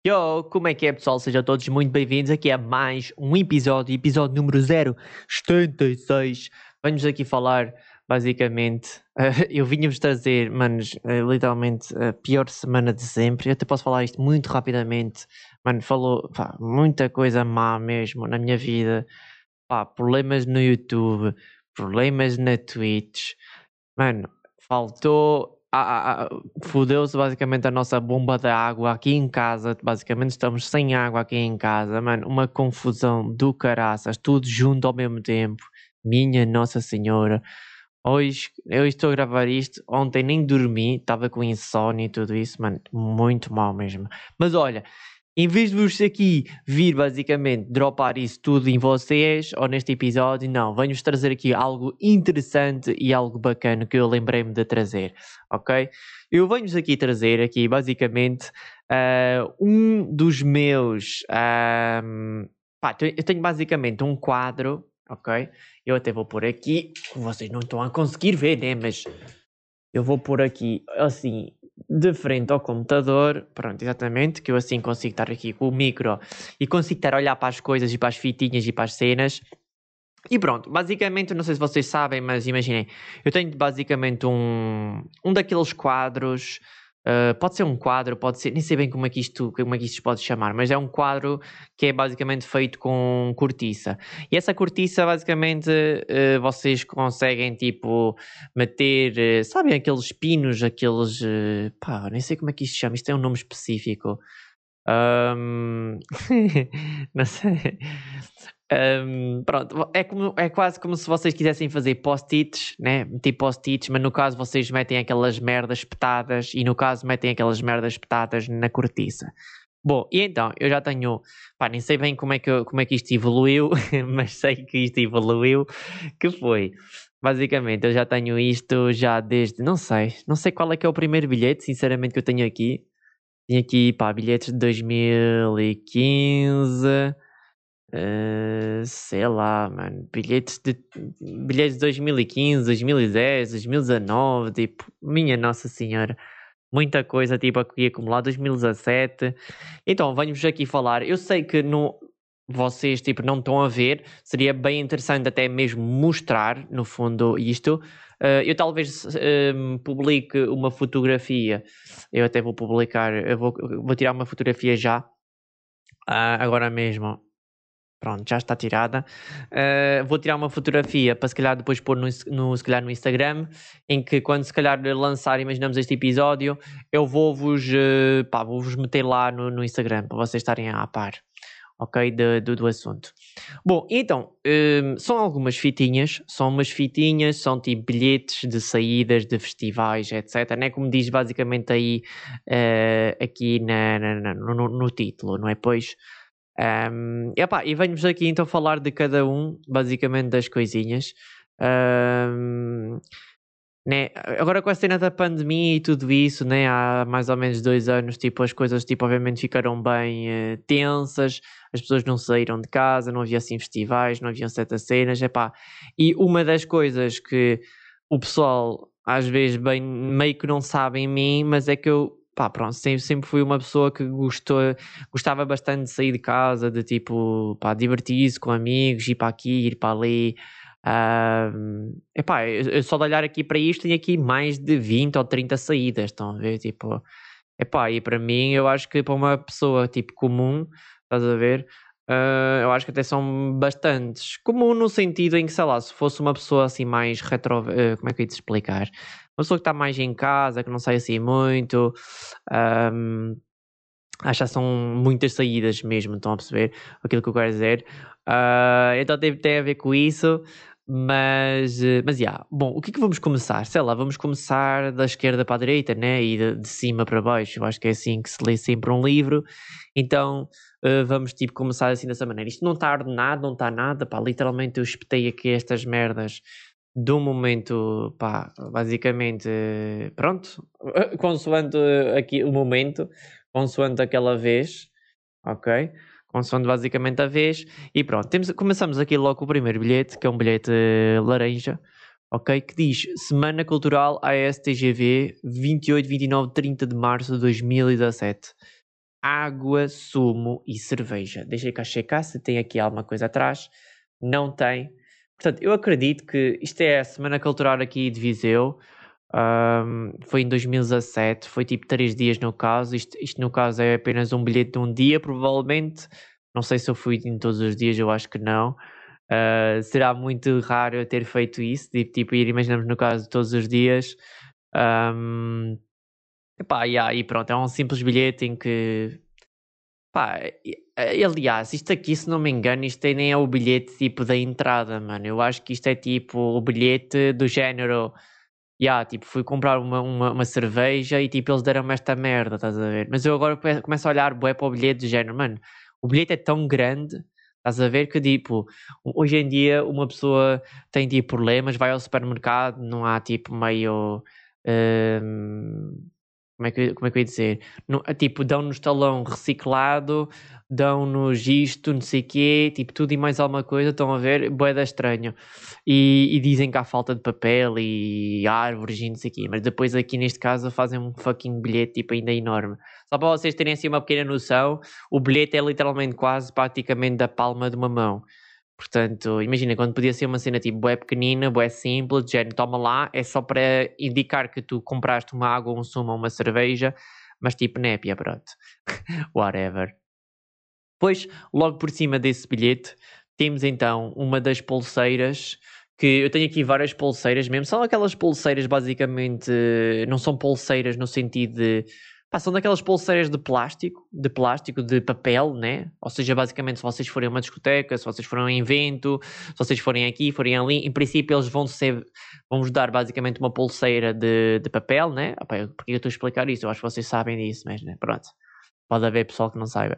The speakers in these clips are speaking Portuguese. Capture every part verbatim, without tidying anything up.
Yo, como é que é, pessoal? Sejam todos muito bem-vindos aqui a mais um episódio, episódio número zero setenta e seis. Vamos aqui falar, basicamente, uh, eu vinha-vos trazer, manos, uh, literalmente a pior semana de sempre. Eu até posso falar isto muito rapidamente. Mano, falou, pá, muita coisa má mesmo na minha vida. Pá, problemas no YouTube, problemas na Twitch. Mano, faltou. Ah, ah, ah, fudeu-se basicamente a nossa bomba de água aqui em casa. Basicamente estamos sem água aqui em casa, mano. Uma confusão do caraças, tudo junto ao mesmo tempo. Minha Nossa Senhora. Hoje eu estou a gravar isto. Ontem nem dormi, estava com insónia e tudo isso, mano. Muito mal mesmo. Mas olha, em vez de vos aqui vir basicamente dropar isso tudo em vocês ou neste episódio, não, venho-vos trazer aqui algo interessante e algo bacana que eu lembrei-me de trazer, ok? Eu venho-vos aqui trazer aqui basicamente uh, um dos meus... Um, pá, eu tenho basicamente um quadro, ok? Eu até vou pôr aqui, vocês não estão a conseguir ver, né? Mas eu vou pôr aqui assim... de frente ao computador, pronto, exatamente, que eu assim consigo estar aqui com o micro e consigo estar a olhar para as coisas e para as fitinhas e para as cenas. E pronto, basicamente, não sei se vocês sabem, mas imaginem, eu tenho basicamente um, um daqueles quadros, uh, pode ser um quadro, pode ser, nem sei bem como é que isto, como é que isto se pode chamar, mas é um quadro que é basicamente feito com cortiça. E essa cortiça, basicamente, uh, vocês conseguem, tipo, meter, uh, sabem aqueles pinos, aqueles, uh, pá, nem sei como é que isto se chama, isto tem um nome específico. Um... não sei. Um, pronto, é, como, é quase como se vocês quisessem fazer post-its, né? Tipo post-its, mas no caso vocês metem aquelas merdas petadas e no caso metem aquelas merdas petadas na cortiça. Bom, e então, eu já tenho, pá, nem sei bem como é que, eu, como é que isto evoluiu, mas sei que isto evoluiu, que foi, basicamente, eu já tenho isto já desde, não sei, não sei qual é que é o primeiro bilhete, sinceramente, que eu tenho aqui. Tenho aqui, pá, bilhetes de dois mil e quinze... Uh, sei lá, mano, bilhetes de bilhetes de dois mil e quinze, dois mil e dez, dois mil e dezanove, tipo, minha Nossa Senhora, muita coisa, tipo, aqui acumulado, dois mil e dezassete. Então, venho-vos aqui falar, eu sei que no, vocês, tipo, não estão a ver, seria bem interessante até mesmo mostrar, no fundo, isto. Uh, eu talvez um, publique uma fotografia, eu até vou publicar, eu vou, vou tirar uma fotografia já, uh, agora mesmo. Pronto, já está tirada. Uh, vou tirar uma fotografia para se calhar depois pôr no, no, se calhar no Instagram, em que quando se calhar lançar, imaginamos este episódio, eu vou-vos uh, pá, vou-vos meter lá no, no Instagram para vocês estarem a par, ok? De, do, do assunto. Bom, então, um, são algumas fitinhas, são umas fitinhas, são tipo bilhetes de saídas de festivais, etcétera. Não é como diz basicamente aí uh, aqui na, na, na, no, no título, não é? Pois... Um, epá, e venho-vos aqui então falar de cada um, basicamente das coisinhas. Um, né? Agora com a cena da pandemia e tudo isso, né? Há mais ou menos dois anos, tipo, as coisas tipo, obviamente ficaram bem uh, tensas, as pessoas não saíram de casa, não havia assim festivais, não havia certas cenas, epá. E uma das coisas que o pessoal às vezes bem, meio que não sabe em mim, mas é que eu pá, pronto, sempre, sempre fui uma pessoa que gostou, gostava bastante de sair de casa, de tipo, pá, divertir-se com amigos, ir para aqui, ir para ali. Uh, epá, eu, eu só de olhar aqui para isto tenho aqui mais de vinte ou trinta saídas, estão a ver? Tipo, epá, e para mim eu acho que para uma pessoa tipo comum, estás a ver? Uh, eu acho que até são bastantes. Comum no sentido em que, sei lá, se fosse uma pessoa assim mais retro... Uh, como é que eu ia te explicar? Uma pessoa que está mais em casa, que não sai assim muito, um, acho que são muitas saídas mesmo, estão a perceber aquilo que eu quero dizer. Uh, então tem, tem a ver com isso, mas, mas yeah. Bom, o que é que vamos começar? Sei lá, vamos começar da esquerda para a direita, né? E de, de cima para baixo. Eu acho que é assim que se lê sempre um livro. Então uh, vamos tipo começar assim dessa maneira. Isto não está ordenado, não está nada, pá, literalmente eu espetei aqui estas merdas de um momento, pá, basicamente, pronto, consoante aqui o momento, consoante aquela vez, ok? Consoante basicamente a vez, e pronto, temos, começamos aqui logo com o primeiro bilhete, que é um bilhete laranja, ok? Que diz Semana Cultural A S T G V vinte e oito, vinte e nove, trinta de março de dois mil e dezassete. água, sumo e cerveja. Deixa cá checar se tem aqui alguma coisa atrás. Não tem. Portanto, eu acredito que isto é a Semana Cultural aqui de Viseu. Um, foi em dois mil e dezassete, foi tipo três dias no caso. Isto, isto no caso é apenas um bilhete de um dia, provavelmente. Não sei se eu fui em todos os dias, eu acho que não. Uh, será muito raro eu ter feito isso, de tipo ir, imaginamos no caso de todos os dias. Um, epá, yeah, e pronto, é um simples bilhete em que pá, aliás, isto aqui, se não me engano, isto nem é o bilhete tipo da entrada, mano. Eu acho que isto é tipo o bilhete do género. Yeah, tipo, fui comprar uma, uma, uma cerveja e tipo, eles deram-me esta merda, estás a ver? Mas eu agora começo a olhar bué para o bilhete do género, mano, o bilhete é tão grande, estás a ver, que tipo, hoje em dia uma pessoa tem tipo problemas, vai ao supermercado, não há tipo meio... hum, como, é que, como é que eu ia dizer? Não, tipo, dão-nos talão reciclado, dão-nos isto, não sei o quê, tipo, tudo e mais alguma coisa, estão a ver? Boeda estranho. E, e dizem que há falta de papel e árvores e não sei o quê, mas depois aqui neste caso fazem um fucking bilhete, tipo, ainda enorme. Só para vocês terem assim uma pequena noção, o bilhete é literalmente quase praticamente da palma de uma mão. Portanto, imagina, quando podia ser uma cena tipo bué pequenina, bué simples, de género, toma lá, é só para indicar que tu compraste uma água, um sumo ou uma cerveja, mas tipo népia, pronto. Whatever. Depois, logo por cima desse bilhete, temos então uma das pulseiras, que eu tenho aqui várias pulseiras mesmo, são aquelas pulseiras basicamente, não são pulseiras no sentido de... Pá, são daquelas pulseiras de plástico, de plástico, de papel, né? Ou seja, basicamente, se vocês forem a uma discoteca, se vocês forem a um evento, se vocês forem aqui, forem ali, em princípio eles vão ser, vão-vos dar basicamente uma pulseira de, de papel, né? Ah, pá, porque eu estou a explicar isso? Eu acho que vocês sabem disso, mas, né? Pronto. Pode haver pessoal que não saiba.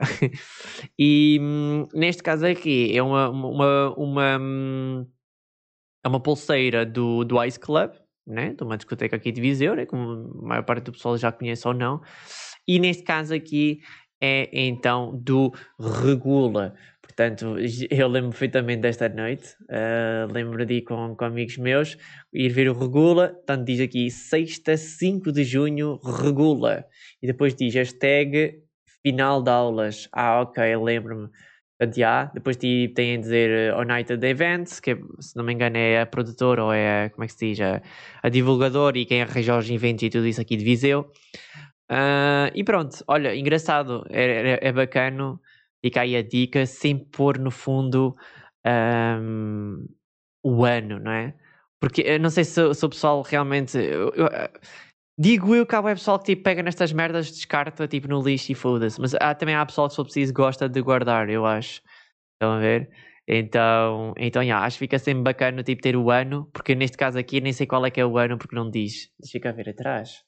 E hum, neste caso aqui é uma, uma, uma, hum, é uma pulseira do, do Ice Club, né? De uma discoteca aqui de Viseu, né? Como a maior parte do pessoal já conhece ou não. E neste caso aqui é então do Regula. Portanto, eu lembro perfeitamente desta noite. Uh, lembro de ir com, com amigos meus, ir ver o Regula. Portanto, diz aqui sexta, cinco de junho, Regula. E depois diz hashtag final de aulas. Ah, ok, lembro-me. Portanto, já. Depois tem a dizer uh, United Events, que se não me engano é a produtora ou é a, como é que se diz, a, a divulgadora e quem arranja os eventos e tudo isso aqui de Viseu. Uh, e pronto, olha, engraçado, é, é, é bacana, fica aí a dica, sem pôr no fundo um, o ano, não é? Porque eu não sei se, se o pessoal realmente... Eu, eu, digo eu que há pessoal que tipo, pega nestas merdas, descarta tipo, no lixo e foda-se, mas há, também há pessoal que se for preciso gosta de guardar, eu acho. Estão a ver? Então, então yeah, acho que fica sempre bacana tipo, ter o ano, porque neste caso aqui nem sei qual é que é o ano porque não diz. Deixa eu ver atrás.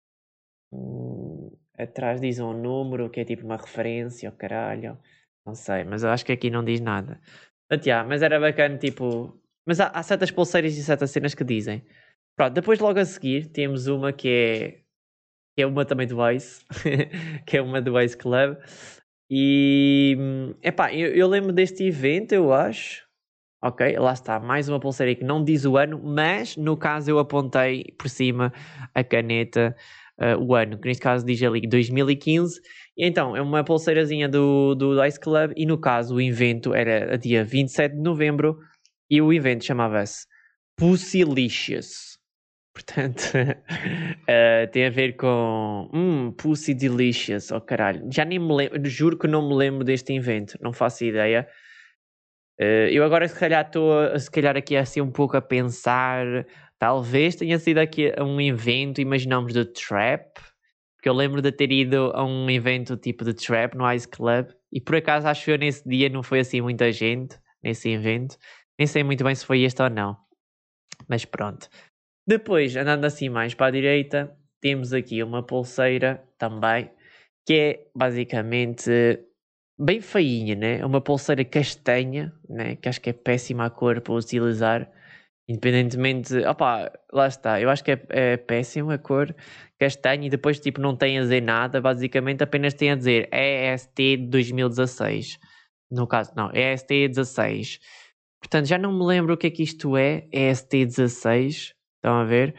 Hum, atrás diz um número que é tipo uma referência, oh caralho. Não sei, mas eu acho que aqui não diz nada. Portanto, yeah, mas era bacana, tipo... Mas há, há certas pulseiras e certas cenas que dizem. Pronto, depois logo a seguir temos uma que é... Que é uma também do Ice. Que é uma do Ice Club. E... Epá, eu, eu lembro deste evento, eu acho. Ok, lá está, mais uma pulseira que não diz o ano, mas no caso eu apontei por cima a caneta uh, o ano, que neste caso diz ali dois mil e quinze. E então, é uma pulseirazinha do, do Ice Club e no caso o evento era a dia vinte e sete de novembro e o evento chamava-se Pussylicious. Portanto, uh, tem a ver com hum, Pussy Delicious, oh caralho. Já nem me lembro, juro que não me lembro deste evento, não faço ideia. Uh, eu agora se calhar estou se calhar aqui assim um pouco a pensar, talvez tenha sido aqui a um evento, imaginamos do Trap, porque eu lembro de ter ido a um evento tipo de Trap no Ice Club, e por acaso acho que eu nesse dia não foi assim muita gente, nesse evento, nem sei muito bem se foi este ou não, mas pronto. Depois, andando assim mais para a direita, temos aqui uma pulseira também, que é basicamente... bem feinha, né? É uma pulseira castanha, né? Que acho que é péssima a cor para utilizar. Independentemente... Opá, lá está. Eu acho que é, é péssima a cor castanha e depois tipo não tem a dizer nada. Basicamente apenas tem a dizer E S T dois mil e dezasseis. No caso, não. E S T dezasseis. Portanto, já não me lembro o que é que isto é. E S T dezasseis. Estão a ver?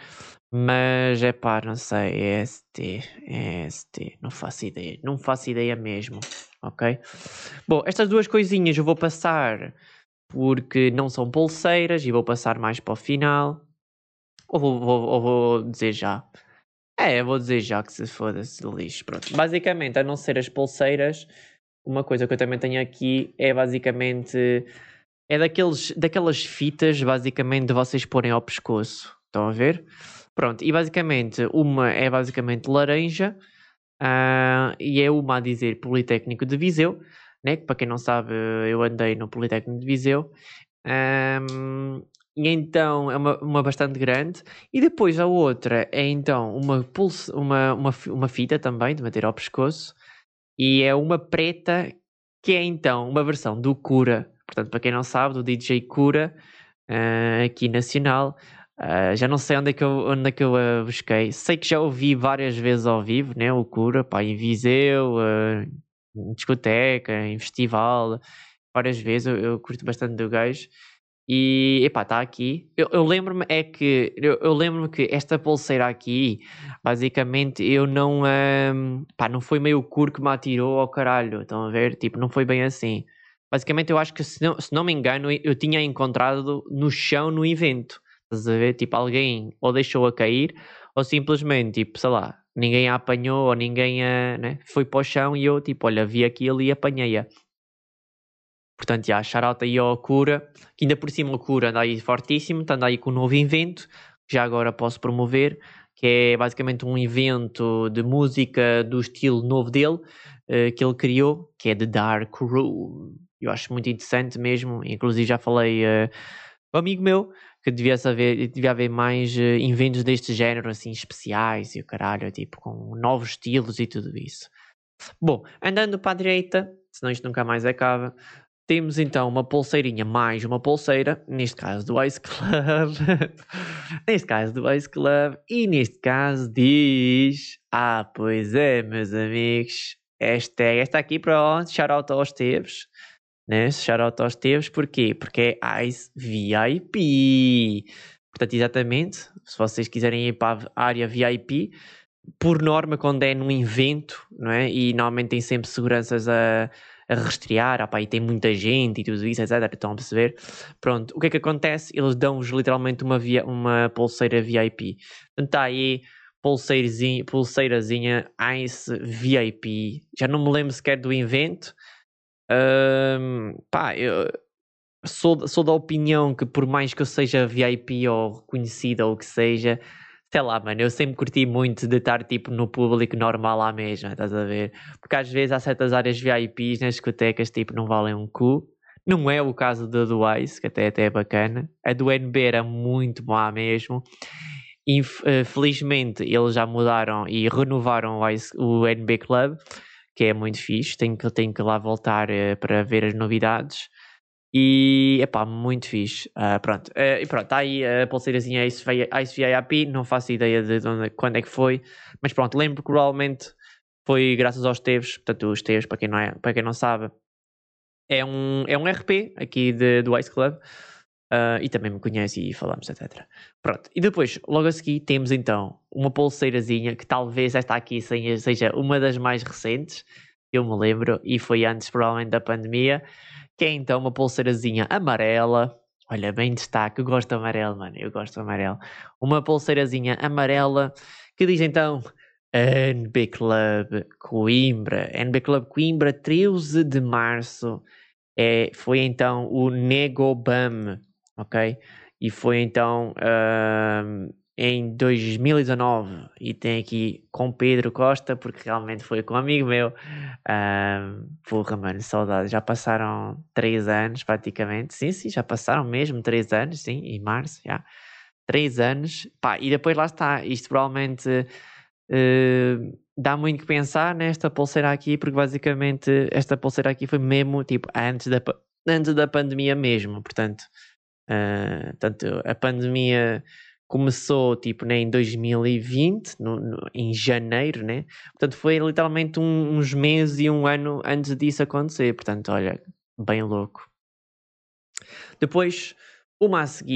Mas é pá, não sei, é S T, é S T, não faço ideia, não faço ideia mesmo, ok? Bom, estas duas coisinhas eu vou passar porque não são pulseiras e vou passar mais para o final. Ou vou, vou, ou vou dizer já. É, eu vou dizer já que se foda-se de lixo. Pronto. Basicamente, a não ser as pulseiras, uma coisa que eu também tenho aqui é basicamente. É daqueles, daquelas fitas, basicamente, de vocês porem ao pescoço. Estão a ver? Pronto. E basicamente, uma é basicamente laranja. ah, e é uma a dizer Politécnico de Viseu. Né? Que para quem não sabe, eu andei no Politécnico de Viseu. Ahm, e então é uma, uma bastante grande. E depois a outra é então uma, pulse, uma, uma, fi- uma fita também de meter ao pescoço. E é uma preta que é então uma versão do Cura. Portanto, para quem não sabe, do D J Cura, ah, aqui nacional. Ah, já não sei onde é que eu, onde é que eu a busquei. Sei que já ouvi várias vezes ao vivo, né? O Cura, pá, em Viseu, ah, em discoteca, em festival, várias vezes. Eu, eu curto bastante do gajo. E, epá, está aqui. Eu, eu lembro-me é que eu, eu lembro-me que esta pulseira aqui, basicamente, eu não, ahm, pá, não foi meio o cur que me atirou ao caralho. Estão a ver? Tipo, não foi bem assim. Basicamente, eu acho que se não, se não me engano, eu tinha encontrado no chão no evento. Estás a ver? Tipo, alguém ou deixou-a cair, ou simplesmente, tipo, sei lá, ninguém a apanhou, ou ninguém a, né, foi para o chão e eu, tipo, olha, vi aquilo e apanhei-a. Portanto, já, shout aí ao Cura, que ainda por cima o Cura anda aí fortíssimo, está aí com um novo evento, que já agora posso promover, que é basicamente um evento de música do estilo novo dele, eh, que ele criou, que é The Dark Room. Eu acho muito interessante mesmo, inclusive já falei eh, com um amigo meu, que devia haver, devia haver mais eh, eventos deste género, assim, especiais e o caralho, tipo, com novos estilos e tudo isso. Bom, andando para a direita, senão isto nunca mais acaba, temos então uma pulseirinha mais uma pulseira, neste caso do Ice Club, neste caso do Ice Club, e neste caso diz: Ah, pois é, meus amigos, esta, é- esta aqui, pronto, shout out aos Teves, né? Shout out aos Teves, porquê? Porque é Ice V I P. Portanto, exatamente, se vocês quiserem ir para a área V I P, por norma, quando é num evento, não é? E normalmente tem sempre seguranças a, a rastrear, ah, pá, e tem muita gente e tudo isso, etcétera. Estão a perceber? Pronto, o que é que acontece? Eles dão-vos literalmente uma, via, uma pulseira V I P. Portanto, está aí pulseirazinha, pulseirazinha Ice V I P. Já não me lembro sequer do evento. Ahm, pá, eu sou, sou da opinião que por mais que eu seja V I P ou reconhecida ou o que seja, sei lá, mano, eu sempre curti muito de estar tipo no público normal à mesma, estás a ver? Porque às vezes há certas áreas V I Ps nas discotecas tipo não valem um cu. Não é o caso da do Ice, que até, até é bacana. A do N B era muito má mesmo. Infelizmente eles já mudaram e renovaram o, Ice, o N B Club, que é muito fixe. Tenho que, tenho que lá voltar uh, para ver as novidades. E, epá, muito fixe. Uh, pronto, uh, e pronto, está aí a pulseirazinha Ice V I P, não faço ideia de onde, quando é que foi, mas pronto, lembro que provavelmente foi graças aos Teves, portanto os Teves, para quem não, é, para quem não sabe, é um, é um R P aqui de, do Ice Club, uh, e também me conhece e falamos, etcétera. Pronto, e depois, logo a seguir, temos então uma pulseirazinha, que talvez esta aqui seja uma das mais recentes, eu me lembro, e foi antes provavelmente da pandemia, que é então uma pulseirazinha amarela. Olha, bem destaque, eu gosto de amarelo, mano, eu gosto de amarelo. Uma pulseirazinha amarela que diz então N B Club Coimbra. N B Club Coimbra, treze de março. É, foi então o Negobam, ok? E foi então um, em dois mil e dezanove. E tem aqui com Pedro Costa, porque realmente foi com um amigo meu. Um, porra, mano, saudade. Já passaram três anos praticamente. Sim, sim, já passaram mesmo três anos, sim, em março, já. Três anos. Pá, e depois lá está. Isto provavelmente uh, dá muito que pensar nesta pulseira aqui, porque basicamente esta pulseira aqui foi mesmo tipo antes da, antes da pandemia mesmo. Portanto, uh, portanto a pandemia começou tipo né, em dois mil e vinte, no, no, em janeiro, né? Portanto, foi literalmente um, uns meses e um ano antes disso acontecer. Portanto, olha, bem louco. Depois, uma a seguir,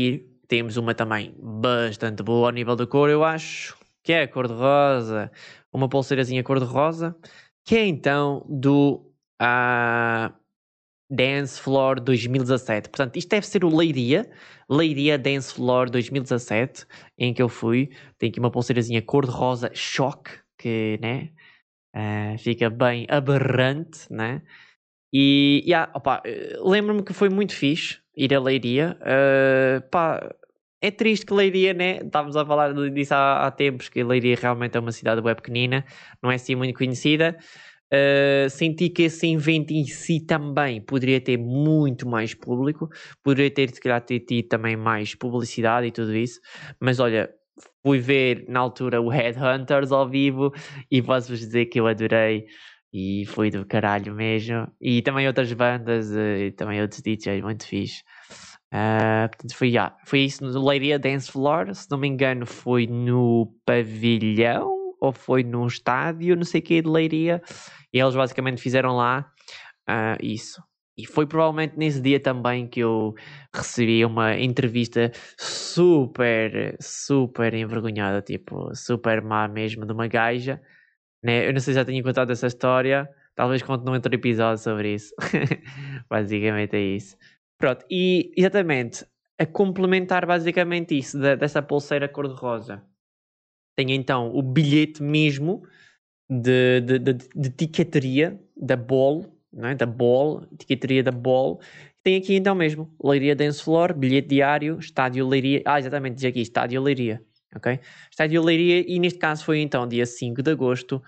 temos uma também bastante boa ao nível da cor, eu acho, que é a cor-de-rosa, uma pulseirazinha cor-de-rosa, que é então do uh, Dance Floor dois mil e dezassete. Portanto, isto deve ser o Leiria, Leiria Dance Floor dois mil e dezassete, em que eu fui. Tem aqui uma pulseirazinha cor-de-rosa choque, que, né, uh, fica bem aberrante, né? E, yeah, opa, lembro-me que foi muito fixe ir a Leiria. Uh, pá, é triste que Leiria, né? Estávamos a falar disso há, há tempos, que Leiria realmente é uma cidade bem pequenina, não é assim muito conhecida. Uh, senti que esse evento em si também poderia ter muito mais público, poderia ter, se calhar, ter tido também mais publicidade e tudo isso, mas olha, fui ver na altura o Headhunters ao vivo e posso-vos dizer que eu adorei e foi do caralho mesmo, e também outras bandas e também outros D Js muito fixe. Uh, portanto foi, yeah, foi isso no Leiria Dance Floor, se não me engano foi no pavilhão ou foi num estádio, não sei o que, de Leiria, e eles basicamente fizeram lá uh, isso. E foi provavelmente nesse dia também que eu recebi uma entrevista super, super envergonhada, tipo, super má mesmo, de uma gaja, né? Eu não sei se já tinha contado essa história, talvez conte num outro episódio sobre isso. Basicamente é isso. Pronto, e exatamente, a complementar basicamente isso, da, dessa pulseira cor-de-rosa, tem então o bilhete mesmo de, de, de, de tiquetaria da Ball, não é? Da Ball, tiquetaria da Ball. Tem aqui então mesmo, Leiria Dance Floor, bilhete diário, Estádio Leiria, ah exatamente, diz aqui, Estádio Leiria, ok? Estádio Leiria, e neste caso foi então dia cinco de agosto,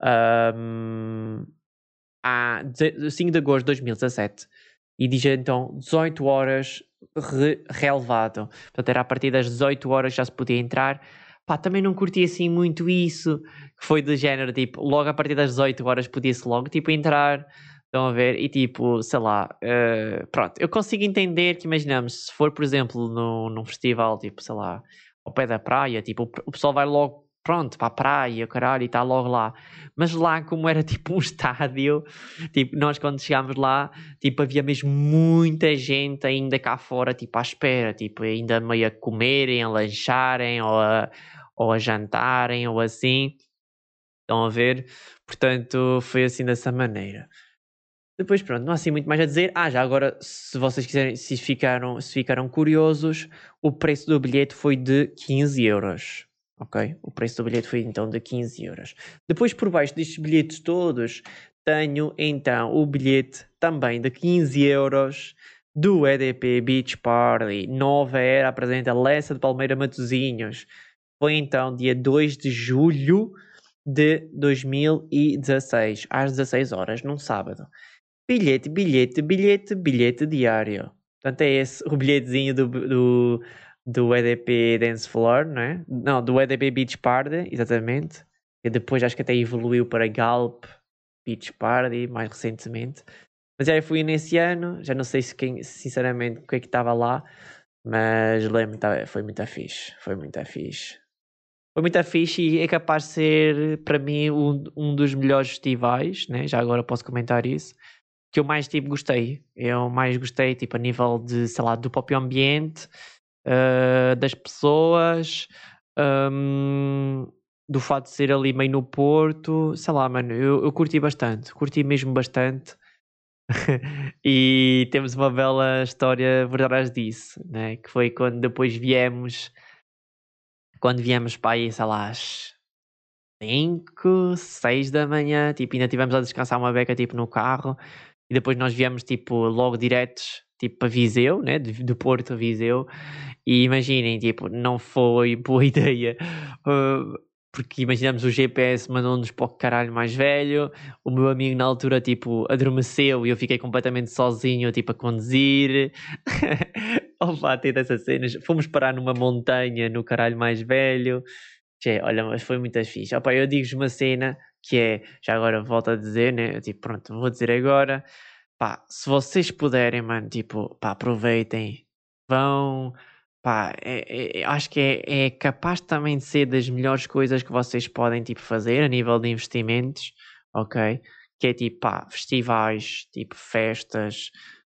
um, a cinco de agosto de dois mil e dezassete, e diz então dezoito horas re relevado, portanto era a partir das dezoito horas já se podia entrar. Pá, também não curti assim muito isso, que foi do género, tipo, logo a partir das dezoito horas podia-se logo, tipo, entrar, estão a ver, e tipo, sei lá, uh, pronto, eu consigo entender que, imaginamos, se for, por exemplo, no, num festival, tipo, sei lá, ao pé da praia, tipo, o, o pessoal vai logo, pronto, para a praia, caralho, e está logo lá, mas lá, como era, tipo, um estádio, tipo, nós quando chegámos lá, tipo, havia mesmo muita gente ainda cá fora, tipo, à espera, tipo, ainda meio a comerem, a lancharem, ou a ou a jantarem, ou assim, estão a ver? Portanto, foi assim dessa maneira. Depois, pronto, não há assim muito mais a dizer. Ah, já agora, se vocês quiserem, se ficaram, se ficaram curiosos, o preço do bilhete foi de quinze euros, ok? O preço do bilhete foi então de quinze euros. Depois, por baixo destes bilhetes todos, tenho então o bilhete também de quinze euros do E D P Beach Party. Nova Era apresenta Lessa de Palmeira Matosinhos. Foi então dia dois de julho de dois mil e dezasseis, às dezasseis horas, num sábado. Bilhete, bilhete, bilhete, bilhete diário. Portanto, é esse o bilhetezinho do, do, do E D P Dance Floor, não é? Não, do E D P Beach Party, exatamente. E depois acho que até evoluiu para Galp Beach Party, mais recentemente. Mas já fui nesse ano, já não sei se quem, sinceramente, o que é que estava lá, mas lembro, foi muito fixe, foi muito fixe. Foi muito fixe e é capaz de ser, para mim, um, um dos melhores festivais, né? Já agora posso comentar isso, que eu mais, tipo, gostei. Eu mais gostei, tipo, a nível de, sei lá, do próprio ambiente, uh, das pessoas, um, do fato de ser ali meio no Porto, sei lá, mano, eu, eu curti bastante, curti mesmo bastante. E temos uma bela história por trás disso, né? Que foi quando depois viemos... Quando viemos para aí, sei lá, às cinco, seis da manhã, tipo, ainda tivemos a descansar uma beca, tipo, no carro, e depois nós viemos, tipo, logo diretos, tipo, para Viseu, né, do Porto a Viseu, e imaginem, tipo, não foi boa ideia, uh, porque imaginamos o G P S mandou-nos para o caralho mais velho, o meu amigo na altura, tipo, adormeceu e eu fiquei completamente sozinho, tipo, a conduzir. Opa, tem dessas cenas. Fomos parar numa montanha no caralho mais velho. Tchê, olha, mas foi muito fixe. Opa, eu digo-vos uma cena que é, já agora volto a dizer, né? Tipo, pronto, vou dizer agora. Pá, se vocês puderem, mano, tipo, pá, aproveitem. Vão, pá, é, é, acho que é, é capaz também de ser das melhores coisas que vocês podem, tipo, fazer a nível de investimentos, ok? Que é tipo, pá, festivais, tipo, festas,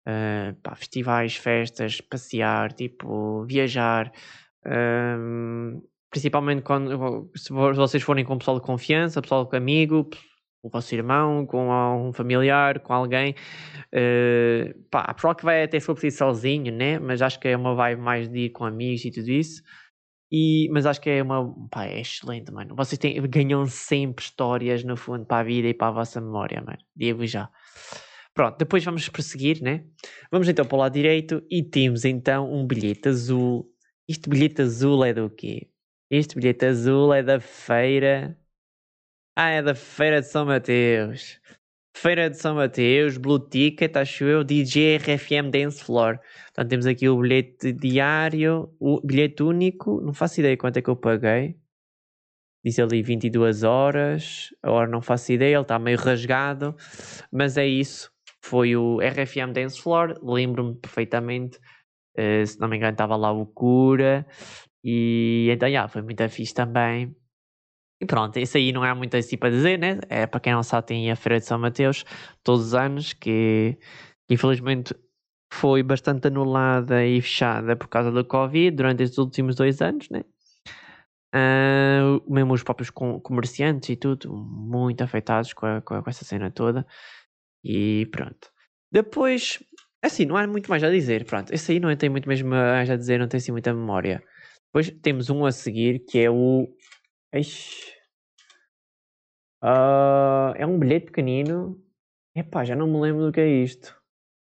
uh, pá, festivais, festas, passear, tipo, viajar, um, principalmente quando se vocês forem com pessoal de confiança, pessoal com amigo, com o vosso irmão, com um familiar, com alguém, uh, pá, há pessoal que vai até se for preciso sozinho, né? Mas acho que é uma vibe mais de ir com amigos e tudo isso. E, mas acho que é uma, pá, é excelente, mano. Vocês têm, ganham sempre histórias no fundo para a vida e para a vossa memória, mano. Digo já. Pronto, depois vamos prosseguir, né? Vamos então para o lado direito e temos então um bilhete azul. Este bilhete azul é do quê? Este bilhete azul é da feira. Ah, é da Feira de São Mateus. Feira de São Mateus, Blue Ticket, acho eu, D J R F M Dance Floor. Portanto, temos aqui o bilhete diário, o bilhete único, não faço ideia quanto é que eu paguei. Diz ali vinte e duas horas, a hora não faço ideia, ele está meio rasgado, mas é isso. Foi o R F M Dance Floor, lembro-me perfeitamente, uh, se não me engano estava lá o Cura, e então, já, foi muito fixe também. E pronto, isso aí não há muito assim para dizer, né? É, para quem não sabe, tem a Feira de São Mateus todos os anos, que infelizmente foi bastante anulada e fechada por causa do Covid durante estes últimos dois anos, né? Uh, mesmo os próprios com, comerciantes e tudo, muito afetados com, a, com, a, com essa cena toda. E pronto. Depois, assim, não há muito mais a dizer. Pronto, esse aí não tem muito mesmo mais a dizer, não tem assim muita memória. Depois temos um a seguir que é o. Ixi. Uh, é um bilhete pequenino. Epá, já não me lembro do que é isto.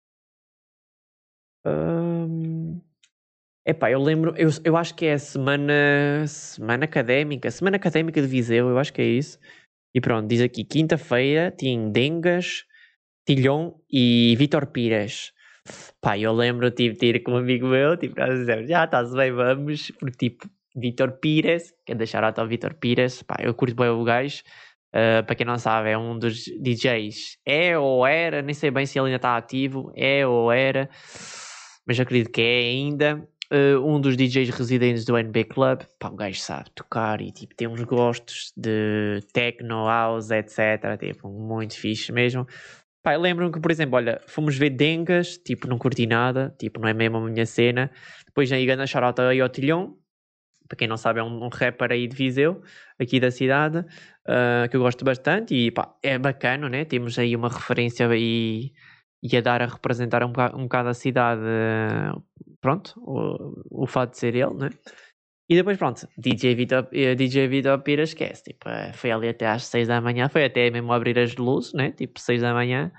Um... Epá, eu lembro, eu, eu acho que é a semana, semana académica, semana académica de Viseu, eu acho que é isso. E pronto, diz aqui, quinta-feira, tinha Dengas, Tilhon e Vítor Pires. Pá, eu lembro, tipo, de ir com um amigo meu, tipo, nós dizemos, já está-se bem, vamos, porque tipo, Vítor Pires, quer deixar até o Vítor Pires, pá, eu curto bem o gajo. Uh, para quem não sabe, é um dos D Js. É ou era, nem sei bem se ele ainda está ativo, é ou era, mas eu acredito que é ainda. Uh, um dos D Js residentes do N B Club. Pá, o gajo sabe tocar e tipo, tem uns gostos de techno, house, etcétera. Tipo, muito fixe mesmo. Pá, eu lembro-me que, por exemplo, olha, fomos ver Dengas, tipo, não curti nada, tipo, não é mesmo a minha cena. Depois aí ganda shout-out aí ao Tilhon, para quem não sabe é um, um rapper aí de Viseu, aqui da cidade, uh, que eu gosto bastante e pá, é bacana, né? Temos aí uma referência e, e a dar a representar um bocado, um bocado a cidade, uh, pronto, o, o fato de ser ele, né? E depois pronto, D J Vitor, D J Vitor Pira esquece, tipo, foi ali até às seis da manhã, foi até mesmo abrir as luzes, né? Tipo seis da manhã.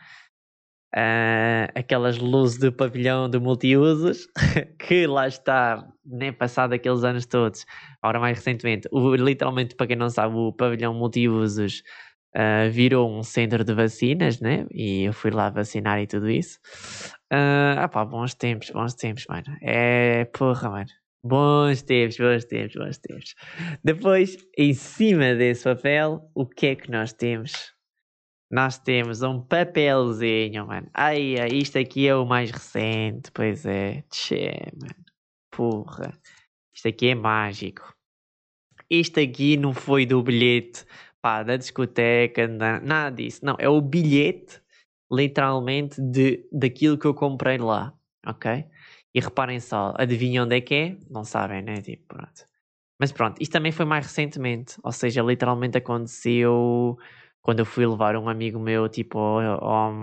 Uh, aquelas luzes do pavilhão de multiusos que lá está, nem passado aqueles anos todos, agora mais recentemente, o, literalmente para quem não sabe, o pavilhão multiusos uh, virou um centro de vacinas, né? E eu fui lá vacinar e tudo isso. Uh, ah pá, bons tempos, bons tempos, mano. É porra, mano. Bons tempos, bons tempos, bons tempos. Depois, em cima desse papel, o que é que nós temos? Nós temos um papelzinho, mano. Ai, ai, isto aqui é o mais recente, pois é. Tchê, mano. Porra. Isto aqui é mágico. Isto aqui não foi do bilhete, pá, da discoteca, nada disso. Não, é o bilhete, literalmente, de, daquilo que eu comprei lá, ok? E reparem só, adivinham onde é que é? Não sabem, né? Tipo, pronto. Mas pronto, isto também foi mais recentemente. Ou seja, literalmente aconteceu quando eu fui levar um amigo meu, tipo, ao, ao,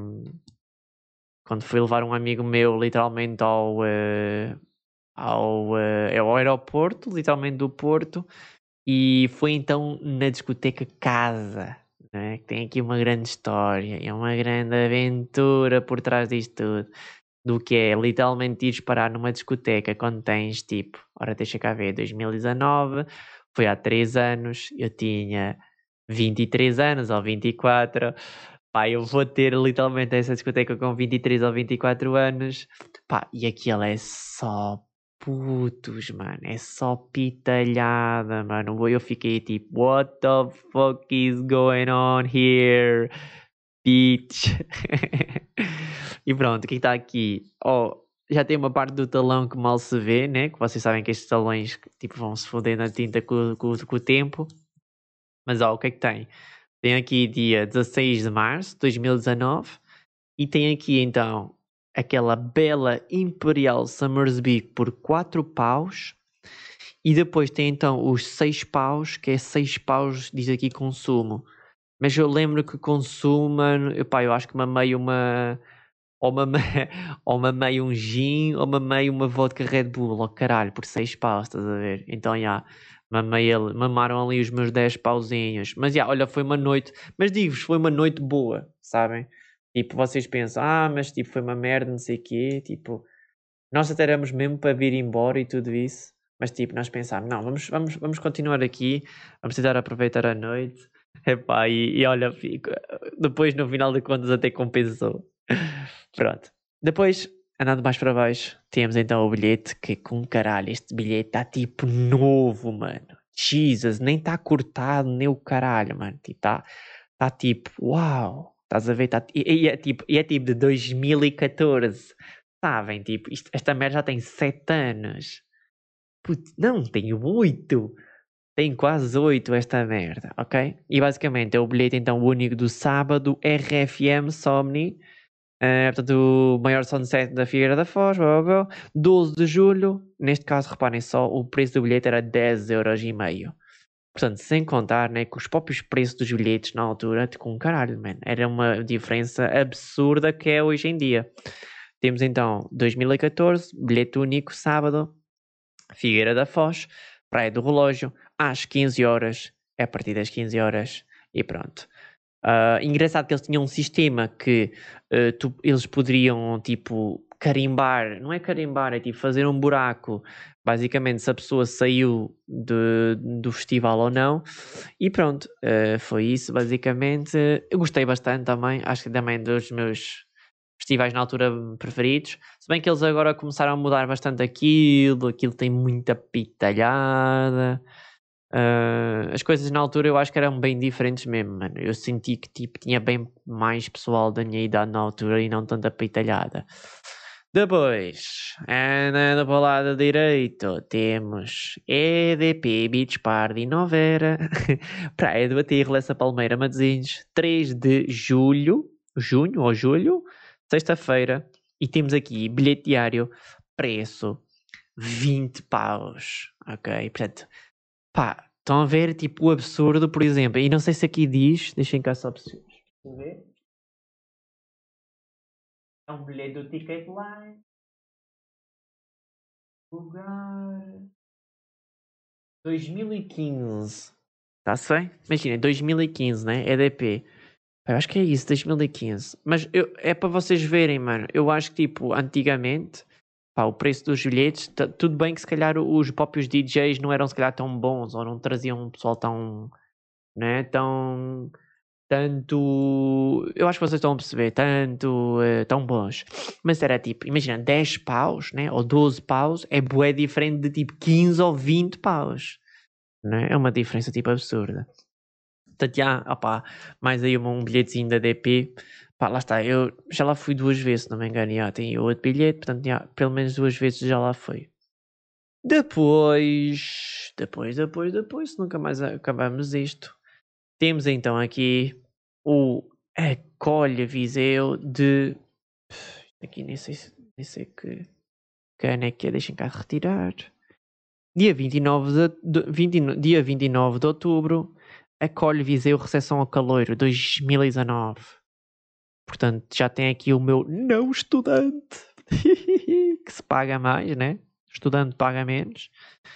quando fui levar um amigo meu, literalmente, ao, uh, ao, uh, ao aeroporto, literalmente do Porto, e foi então na discoteca Casa, né? Que tem aqui uma grande história, é uma grande aventura por trás disto tudo. Do que é literalmente ires parar numa discoteca quando tens tipo, ora deixa cá ver, dois mil e dezanove, foi há três anos, eu tinha vinte e três anos ou vinte e quatro, pá, eu vou ter literalmente essa discoteca com vinte e três ou vinte e quatro anos, pá, e aquilo é só putos, mano, é só pitalhada, mano, eu fiquei tipo, what the fuck is going on here? Bitch. E pronto, o que está aqui? Oh, já tem uma parte do talão que mal se vê, né? Que vocês sabem que estes talões tipo, vão se foder na tinta com, com, com o tempo. Mas ó, o que é que tem? Tem aqui dia dezasseis de março de dois mil e dezanove e tem aqui então aquela bela Imperial Summersby por quatro paus. E depois tem então os seis paus, que é seis paus, diz aqui consumo. Mas eu lembro que consumo, epá, eu acho que mamei uma... Ou mamei, ou mamei um gin, ou mamei uma vodka Red Bull, oh caralho, por seis paus, estás a ver? Então, já, yeah, mamei ele, mamaram ali os meus dez pauzinhos. Mas, já, yeah, olha, foi uma noite, mas digo-vos, foi uma noite boa, sabem? Tipo, vocês pensam, ah, mas tipo, foi uma merda, não sei o quê, tipo... Nós até éramos mesmo para vir embora e tudo isso, mas tipo, nós pensámos, não, vamos, vamos, vamos continuar aqui, vamos tentar aproveitar a noite. Epá, e, e olha, fico, depois no final de contas até compensou. Pronto. Depois, andando mais para baixo, temos então o bilhete, que com caralho, este bilhete está tipo novo, mano. Jesus, nem está cortado, nem o caralho, mano. Está tá, tipo, uau, estás a ver? Tá, e, e, é tipo, e é tipo de dois mil e catorze. Sabem, tipo, isto, esta merda já tem sete anos. Putz, não, tem oito. Tem quase oito esta merda, ok? E basicamente é o bilhete então único do sábado, R F M Somni. Uh, portanto, o maior sunset da Figueira da Foz, blá, blá, blá. doze de julho. Neste caso, reparem só, o preço do bilhete era dez euros e meio. Portanto, sem contar, né, que os próprios preços dos bilhetes na altura, com caralho, man, era uma diferença absurda que é hoje em dia. Temos então dois mil e catorze, bilhete único, sábado, Figueira da Foz, Praia do Relógio, às quinze horas, é a partir das quinze horas, e pronto. Uh, engraçado que eles tinham um sistema que uh, tu, eles poderiam, tipo, carimbar, não é carimbar, é tipo fazer um buraco, basicamente se a pessoa saiu de, do festival ou não, e pronto, uh, foi isso basicamente. Eu gostei bastante também, acho que também dos meus festivais na altura preferidos, se bem que eles agora começaram a mudar bastante aquilo, aquilo tem muita pitalhada. Uh, as coisas na altura eu acho que eram bem diferentes mesmo, mano. Eu senti que tipo, tinha bem mais pessoal da minha idade na altura e não tanta pitalhada. Depois, andando para o lado direito, temos E D P Beach Party Novera, Praia do Atirro, Lessa Palmeira, Matosinhos, três de julho, junho ou julho, sexta-feira, e temos aqui bilhete diário, preço vinte paus, ok? Portanto, pá, estão a ver tipo o absurdo, por exemplo, e não sei se aqui diz, deixem cá só pessoas. Estão a ver? É um bilhete do Ticketline. Lugar. dois mil e quinze. Está-se bem? Imagina, dois mil e quinze, né? E D P. Eu acho que é isso, dois mil e quinze. Mas eu, é para vocês verem, mano. Eu acho que tipo, antigamente, pá, o preço dos bilhetes, t- tudo bem que se calhar os próprios D Js não eram se calhar tão bons, ou não traziam um pessoal tão, né, tão, tanto, eu acho que vocês estão a perceber, tanto, uh, tão bons. Mas era tipo, imagina, dez paus, né, ou doze paus, é bué diferente de tipo quinze ou vinte paus, né? É uma diferença tipo absurda. Portanto, já, opá, mais aí um, um bilhetezinho da D P. Pá, lá está, eu já lá fui duas vezes, se não me engano, já tenho outro bilhete, portanto, já, pelo menos duas vezes já lá fui. Depois, depois, depois, depois, se nunca mais acabamos isto, temos então aqui o Acolhe Viseu de... Aqui nem sei, nem sei que, que ano é que é, deixem cá retirar. Dia vinte e nove de, de, vinte, dia vinte e nove de outubro, Acolhe Viseu Recepção ao Caloiro dois mil e dezanove. Portanto, já tem aqui o meu não estudante, que se paga mais, né? Estudante paga menos.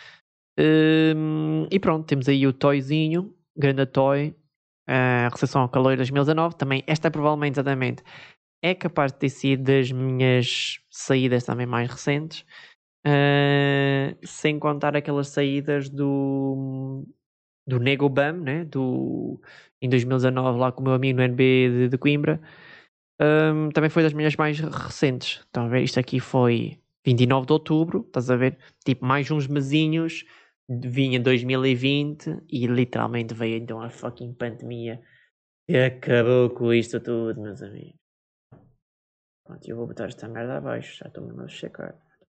Um, e pronto, temos aí o toyzinho, grande toy, uh, Recepção ao Caloiro dois mil e dezanove. Também, esta provavelmente, exatamente, é capaz de ter sido das minhas saídas também mais recentes. Uh, sem contar aquelas saídas do do Negobam, né? do, em dois mil e dezanove lá com o meu amigo no N B de, de Coimbra. Um, também foi das minhas mais recentes. Estão a ver? Isto aqui foi vinte e nove de outubro, estás a ver? Tipo, mais uns mesinhos, vinha dois mil e vinte e literalmente veio então a fucking pandemia e acabou com isto tudo, meus amigos. Pronto, eu vou botar esta merda abaixo, já estou mesmo a checar.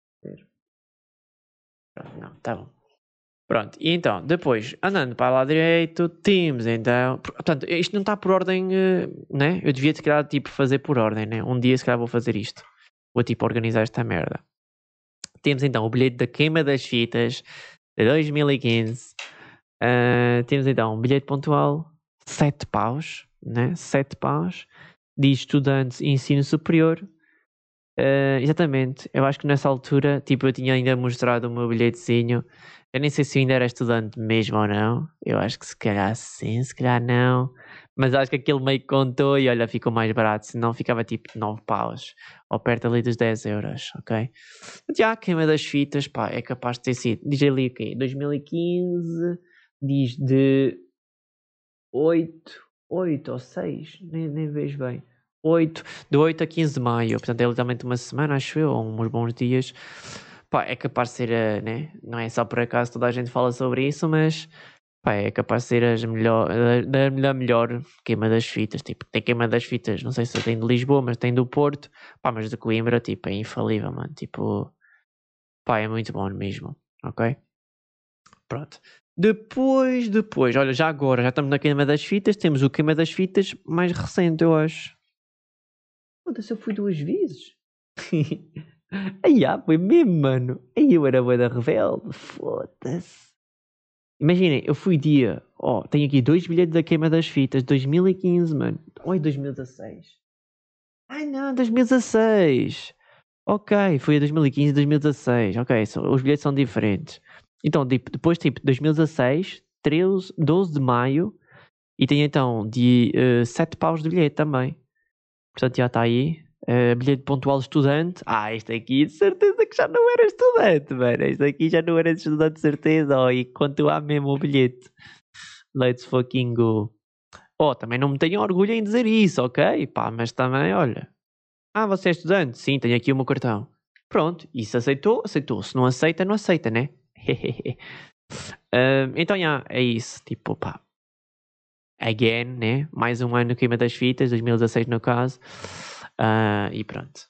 Pronto, não, tá bom. Pronto, e então, depois, andando para lá direito, temos então... Portanto, isto não está por ordem, né? Eu devia, se calhar, tipo, fazer por ordem, né? Um dia, se calhar, vou fazer isto. vou tipo organizar esta merda. Temos então o bilhete da queima das fitas de dois mil e quinze. Uh, temos então um bilhete pontual, sete paus, né? sete paus, de estudantes e ensino superior. Uh, exatamente, eu acho que nessa altura, tipo, eu tinha ainda mostrado o meu bilhetezinho. Eu nem sei se eu ainda era estudante mesmo ou não. Eu acho que se calhar sim, se calhar não. Mas acho que aquele meio que contou e olha, ficou mais barato. Senão ficava tipo nove paus. Ou perto ali dos dez euros, ok? Já a queima das fitas, pá, é capaz de ter sido. Diz ali o quê? dois mil e quinze, diz de oito, oito ou seis, nem, nem vejo bem. oito, de oito a quinze de maio, portanto é literalmente uma semana, acho eu, ou uns bons dias. Pá, é capaz de ser, uh, né? Não é só por acaso toda a gente fala sobre isso, mas pá, é capaz de ser as melhor, da melhor, melhor queima das fitas. Tipo, tem queima das fitas, não sei se tem de Lisboa, mas tem do Porto. Pá, mas de Coimbra, tipo, é infalível, mano. Tipo, pá, é muito bom mesmo, ok? Pronto. Depois, depois, olha, já agora, já estamos na queima das fitas, temos o queima das fitas mais recente, eu acho. Foda-se, eu fui duas vezes. Aí, ah, foi mesmo, mano. Aí eu era bué da rebelde. Foda-se. Imaginem, eu fui dia. Ó, oh, tenho aqui dois bilhetes da queima das fitas, dois mil e quinze, mano. Oi, dois mil e dezasseis. Ai não, dois mil e dezasseis. Ok, foi a dois mil e quinze e dois mil e dezasseis. Ok, so, os bilhetes são diferentes. Então, tipo, depois, tipo, dois mil e dezasseis, treze, doze de maio. E tem então de uh, sete paus de bilhete também. Portanto, já está aí. Uh, bilhete pontual estudante. Ah, este aqui de certeza que já não era estudante, mano. Este aqui já não era estudante de certeza. Oh, e quanto há mesmo o bilhete. Let's fucking go. Oh, também não me tenho orgulho em dizer isso, ok? Pá, mas também, olha. Ah, você é estudante? Sim, tenho aqui o meu cartão. Pronto, isso aceitou, aceitou. Se não aceita, não aceita, né? uh, então, já, é isso. Tipo, pá. Again, né? Mais um ano queima das fitas, dois mil e dezasseis no caso. Uh, e pronto.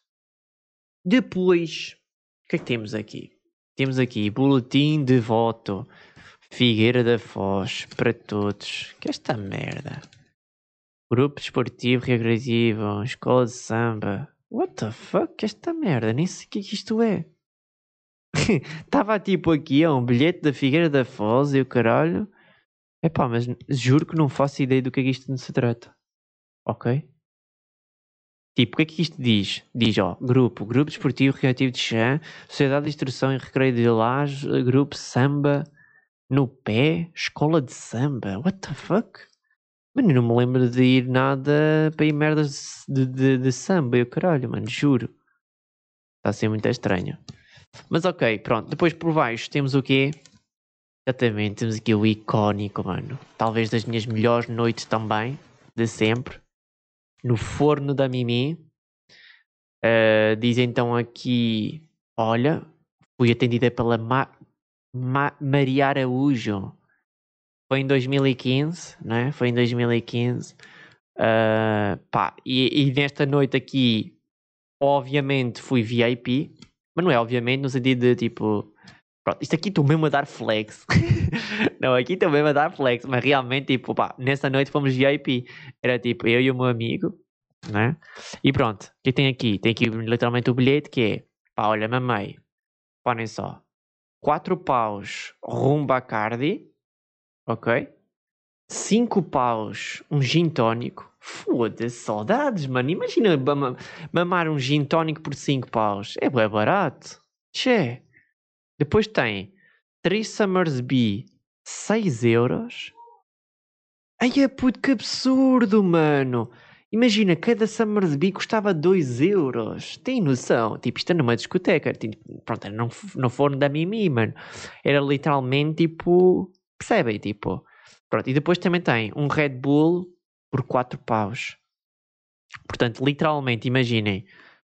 Depois, o que é que temos aqui? Temos aqui boletim de voto. Figueira da Foz para todos. Que é esta merda? Grupo desportivo recreativo, escola de samba. What the fuck? Que é esta merda? Nem sei o que é que isto é. Estava tipo aqui, ó, um bilhete da Figueira da Foz e o caralho. Epá, mas juro que não faço ideia do que é que isto se trata. Ok? Tipo, o que é que isto diz? Diz, ó, grupo, grupo desportivo recreativo de Chã, sociedade de instrução e recreio de Laje, grupo samba no pé, escola de samba. What the fuck? Mano, eu não me lembro de ir nada para ir merdas de, de, de samba e o caralho, mano, juro. Está a ser muito estranho. Mas ok, pronto. Depois por baixo temos o quê? Exatamente, temos aqui o icónico, mano. Talvez das minhas melhores noites também, de sempre. No forno da Mimi. Uh, diz então aqui, olha, fui atendida pela Ma Ma Maria Araújo. Foi em dois mil e quinze, né? Foi em dois mil e quinze. Uh, pá, e, e nesta noite aqui, obviamente fui V I P, mas não é obviamente no sentido de tipo, pronto, isto aqui estou mesmo a dar flex. Não, aqui estou mesmo a dar flex, mas realmente, tipo, pá, nessa noite fomos V I P. Era tipo eu e o meu amigo, né? E pronto, o que tem aqui? Tem aqui literalmente o bilhete que é, pá, olha, mamãe, podem só, quatro paus rumba a Cardi, ok? cinco paus um gin tónico. Foda-se, saudades, mano. Imagina mamar um gin tónico por cinco paus. É bem barato. Tchê. Depois tem três Summersby, seis euros. Ai, é puto, que absurdo, mano. Imagina, cada Summersby custava dois euros. Tem noção? Tipo, isto é numa discoteca. Tipo, pronto, era no, no forno da Mimi, mano. Era literalmente, tipo... Percebem? Tipo... Pronto, e depois também tem um Red Bull por quatro paus. Portanto, literalmente, imaginem.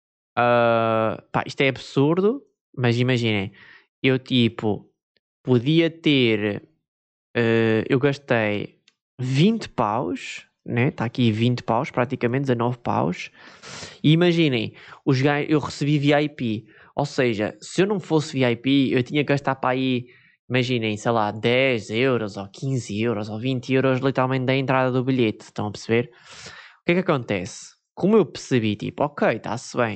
Uh, pá, isto é absurdo, mas imaginem. Eu, tipo, podia ter... Uh, eu gastei vinte paus, né? Está aqui vinte paus, praticamente dezanove paus. E imaginem, os gajos, eu recebi V I P. Ou seja, se eu não fosse V I P, eu tinha que gastar para aí... Imaginem, sei lá, dez euros ou quinze euros ou vinte euros literalmente da entrada do bilhete. Estão a perceber? O que é que acontece? Como eu percebi, tipo, ok, está-se bem.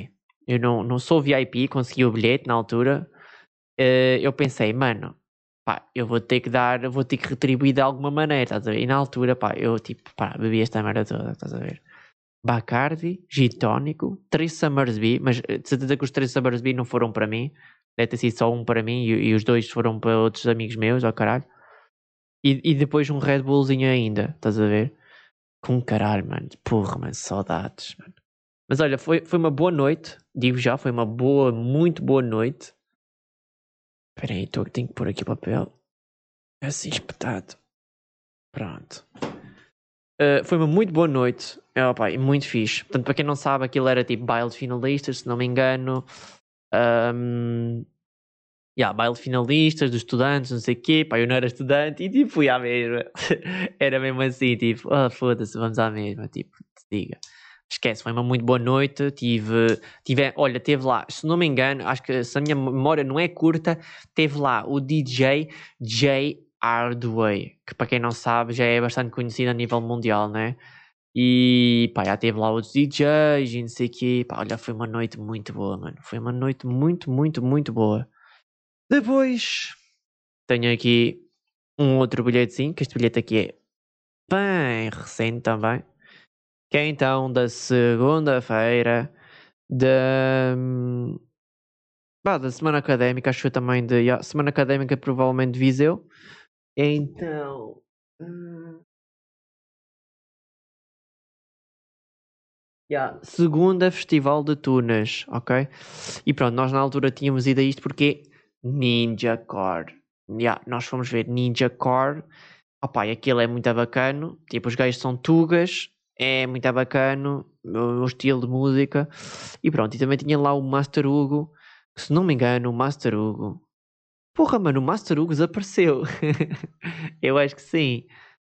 eu não, não sou V I P, consegui o bilhete na altura. Uh, eu pensei, mano, pá, eu vou ter que dar, vou ter que retribuir de alguma maneira, estás a ver? E na altura, pá, eu tipo, pá, bebi esta merda toda, estás a ver? Bacardi, gin tónico, três Summersby, mas eh, de certeza que os três Summersby não foram para mim, deve ter sido só um para mim e, e os dois foram para outros amigos meus, ó caralho. E, e depois um Red Bullzinho ainda, estás a ver? Com caralho, mano, porra, mano, saudades, mano. Mas olha, foi, foi uma boa noite, digo já, foi uma boa, muito boa noite. Espera aí, tô, tenho que pôr aqui o papel. Assim espetado. Pronto. Uh, foi uma muito boa noite. É, opa, e muito fixe. Portanto, para quem não sabe, aquilo era tipo baile de finalistas, se não me engano. Um, yeah, baile de finalistas, dos estudantes, não sei o quê. Pá, eu não era estudante e tipo fui à mesma. Era mesmo assim, tipo, ah, foda-se, vamos à mesma. Tipo, te diga. Esquece, foi uma muito boa noite. Tive, tive, olha, teve lá, se não me engano, acho que se a minha memória não é curta, teve lá o D J Jay Hardway, que para quem não sabe já é bastante conhecido a nível mundial, né? E pá, já teve lá outros D Js e não sei o quê. Pá, olha, foi uma noite muito boa, mano. Foi uma noite muito, muito, muito boa. Depois tenho aqui um outro bilhetezinho, que este bilhete aqui é bem recente também. Que é então da segunda-feira da, bah, da semana académica, acho que foi também de yeah, semana académica, provavelmente de Viseu. Então. Hum, yeah, segunda Festival de Tunas, ok? E pronto, nós na altura tínhamos ido a isto porque Ninja Core. Yeah, nós fomos ver Ninja Core. Opa, e aquilo é muito bacano. Tipo, os gajos são tugas. É muito bacano. O, o estilo de música. E pronto, e também tinha lá o Master Hugo. Que, se não me engano, o Master Hugo. Porra, mano, o Master Hugo desapareceu. Eu acho que sim.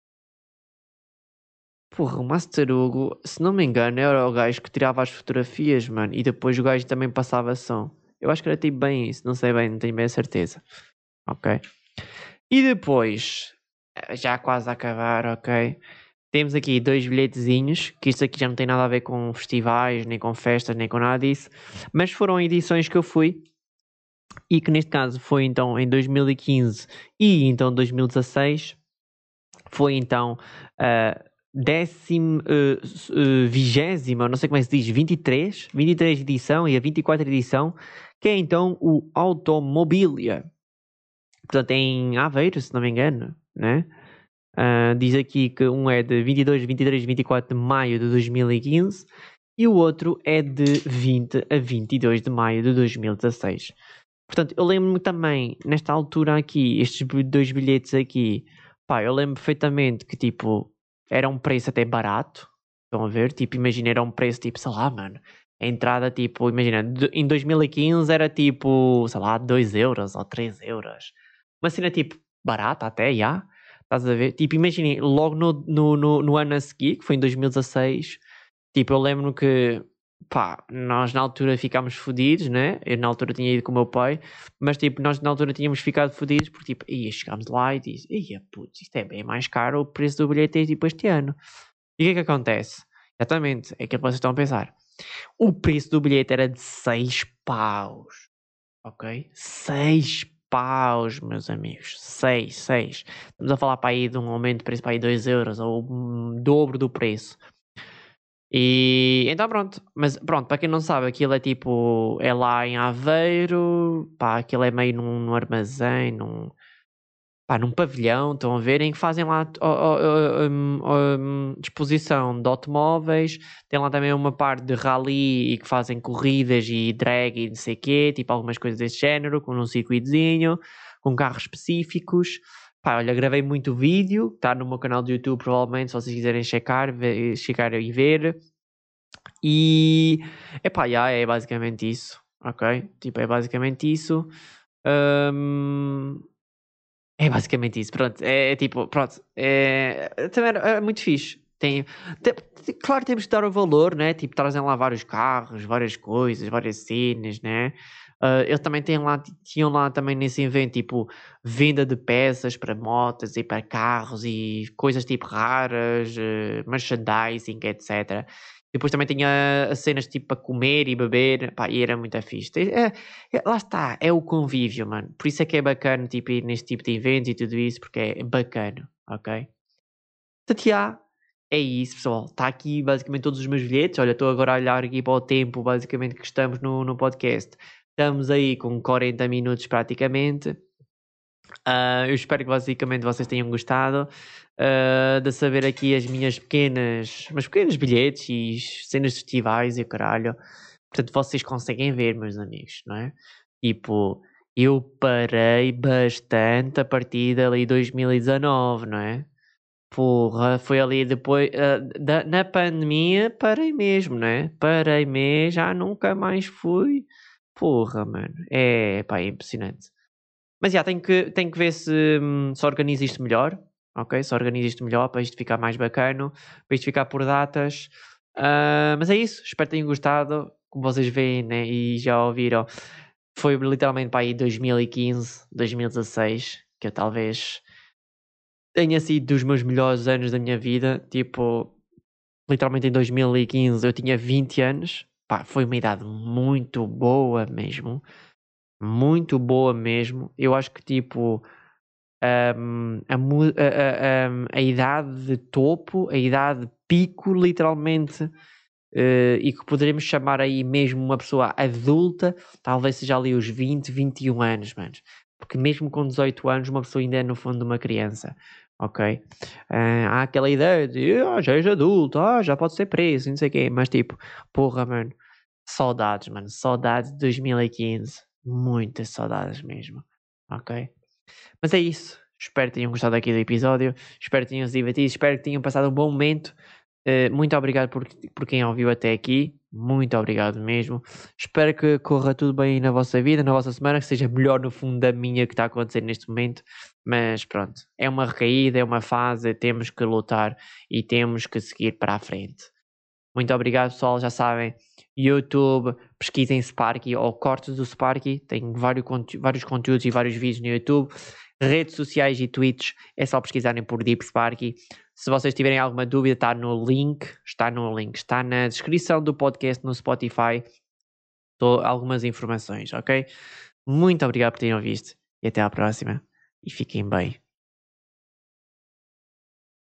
Porra, o Master Hugo, se não me engano, era o gajo que tirava as fotografias, mano. E depois o gajo também passava som. Eu acho que era tipo bem isso. Não sei bem, não tenho bem a certeza. Ok. E depois, já quase a acabar, ok? Temos aqui dois bilhetezinhos, que isto aqui já não tem nada a ver com festivais, nem com festas, nem com nada disso, mas foram edições que eu fui, e que neste caso foi então em dois mil e quinze e então dois mil e dezasseis, foi então a décimo, uh, uh, vigésima, não sei como é que se diz, vinte e três, vinte e três edição e a vinte e quatro edição, que é então o Automobilia. Portanto, em Aveiro, se não me engano, né? Uh, diz aqui que um é de vinte e dois, vinte e três, vinte e quatro de maio de dois mil e quinze e o outro é de vinte a vinte e dois de maio de dois mil e dezasseis. Portanto, eu lembro-me também, nesta altura aqui, estes dois bilhetes aqui, pá, eu lembro perfeitamente que, tipo, era um preço até barato. Estão a ver? Tipo, imagina, era um preço, tipo, sei lá, mano, a entrada, tipo, imagina, em dois mil e quinze era, tipo, sei lá, dois euros ou três euros. Uma cena, tipo, barata até, já. Estás a ver? Tipo, imaginem, logo no, no, no, no ano a seguir, que foi em dois mil e dezasseis, tipo, eu lembro que, pá, nós na altura ficámos fodidos, né? Eu na altura tinha ido com o meu pai, mas tipo, nós na altura tínhamos ficado fodidos porque tipo, ia, chegámos lá e disse, ia, putz, isto é bem mais caro o preço do bilhete tipo este ano. E o que é que acontece? Exatamente, é aquilo que vocês estão a pensar. O preço do bilhete era de seis paus, ok? seis paus, meus amigos. seis, seis. Estamos a falar para aí de um aumento de preço para aí dois euros, ou o dobro do preço. E então pronto, mas pronto, para quem não sabe, aquilo é tipo, é lá em Aveiro, pá, aquilo é meio num, num armazém, num, pá, num pavilhão, estão a ver, em que fazem lá oh, oh, oh, um, um, disposição de automóveis, tem lá também uma parte de rally e que fazem corridas e drag e não sei o quê, tipo algumas coisas desse género, com um circuitozinho, com carros específicos. Pá, olha, gravei muito vídeo, está no meu canal do YouTube, provavelmente, se vocês quiserem checar, ver, checar e ver. E, epá, yeah, é basicamente isso, ok? Tipo, é basicamente isso. Um, é basicamente isso, pronto. É, é tipo, pronto. É, também era, era muito fixe. Tem, tem, claro, temos que dar o valor, né? Tipo, trazem lá vários carros, várias coisas, várias cenas, né? Uh, eles também têm lá, tinham lá também nesse evento, tipo, venda de peças para motos e para carros e coisas tipo raras, uh, merchandising, etcétera. Depois também tinha as cenas tipo para comer e beber, pá, e era muito fixe. É, é, lá está, é o convívio, mano. Por isso é que é bacana tipo, ir neste tipo de eventos e tudo isso, porque é bacana, ok? Portanto, já, é isso, pessoal. Está aqui basicamente todos os meus bilhetes. Olha, estou agora a olhar aqui para o tempo, basicamente, que estamos no, no podcast. Estamos aí com quarenta minutos praticamente. Uh, eu espero que basicamente vocês tenham gostado uh, de saber aqui as minhas pequenas, meus pequenos bilhetes e cenas de festivais e o caralho. Portanto, vocês conseguem ver, meus amigos, não é? Tipo, eu parei bastante a partir dali dois mil e dezanove, não é? Porra, foi ali depois uh, da, na pandemia, parei mesmo, né? Parei mesmo, já nunca mais fui. Porra, mano, é, pá, é impressionante. Mas já, tenho que, tenho que ver se, hum, se organiza isto melhor, ok? Se organiza isto melhor para isto ficar mais bacano, para isto ficar por datas. Ah, mas é isso, espero que tenham gostado. Como vocês veem, né, e já ouviram, foi literalmente para aí dois mil e quinze, dois mil e dezasseis, que eu talvez tenha sido dos meus melhores anos da minha vida. Tipo, literalmente em dois mil e quinze eu tinha vinte anos. Pá, foi uma idade muito boa mesmo. Muito boa mesmo. Eu acho que tipo um, a, mu- a, a, a- a idade de topo, a idade de pico, literalmente, eh, e que poderíamos chamar aí mesmo uma pessoa adulta, talvez seja ali os vinte, vinte e um anos, manos. Porque mesmo com dezoito anos, uma pessoa ainda é no fundo uma criança, ok? Ah, há aquela ideia de, ah, já és adulto, ah, já pode ser preso, não sei o quê, mas tipo, porra, mano, saudades, mano, saudades de dois mil e quinze, muitas saudades mesmo, ok? Mas é isso. Espero que tenham gostado aqui do episódio. Espero que tenham se divertido. Espero que tenham passado um bom momento. Uh, muito obrigado por, por quem ouviu até aqui. Muito obrigado mesmo. Espero que corra tudo bem na vossa vida, na vossa semana, que seja melhor no fundo da minha que está a acontecer neste momento. Mas pronto, é uma recaída, é uma fase, temos que lutar e temos que seguir para a frente. Muito obrigado, pessoal. Já sabem, YouTube, pesquisem Sparky ou cortes do Sparky. Tem vários, conte vários conteúdos e vários vídeos no YouTube. Redes sociais e tweets, é só pesquisarem por Deep Sparky. Se vocês tiverem alguma dúvida, está no link, está no link, está na descrição do podcast no Spotify. Estou algumas informações, ok? Muito obrigado por terem visto e até à próxima. E fiquem bem.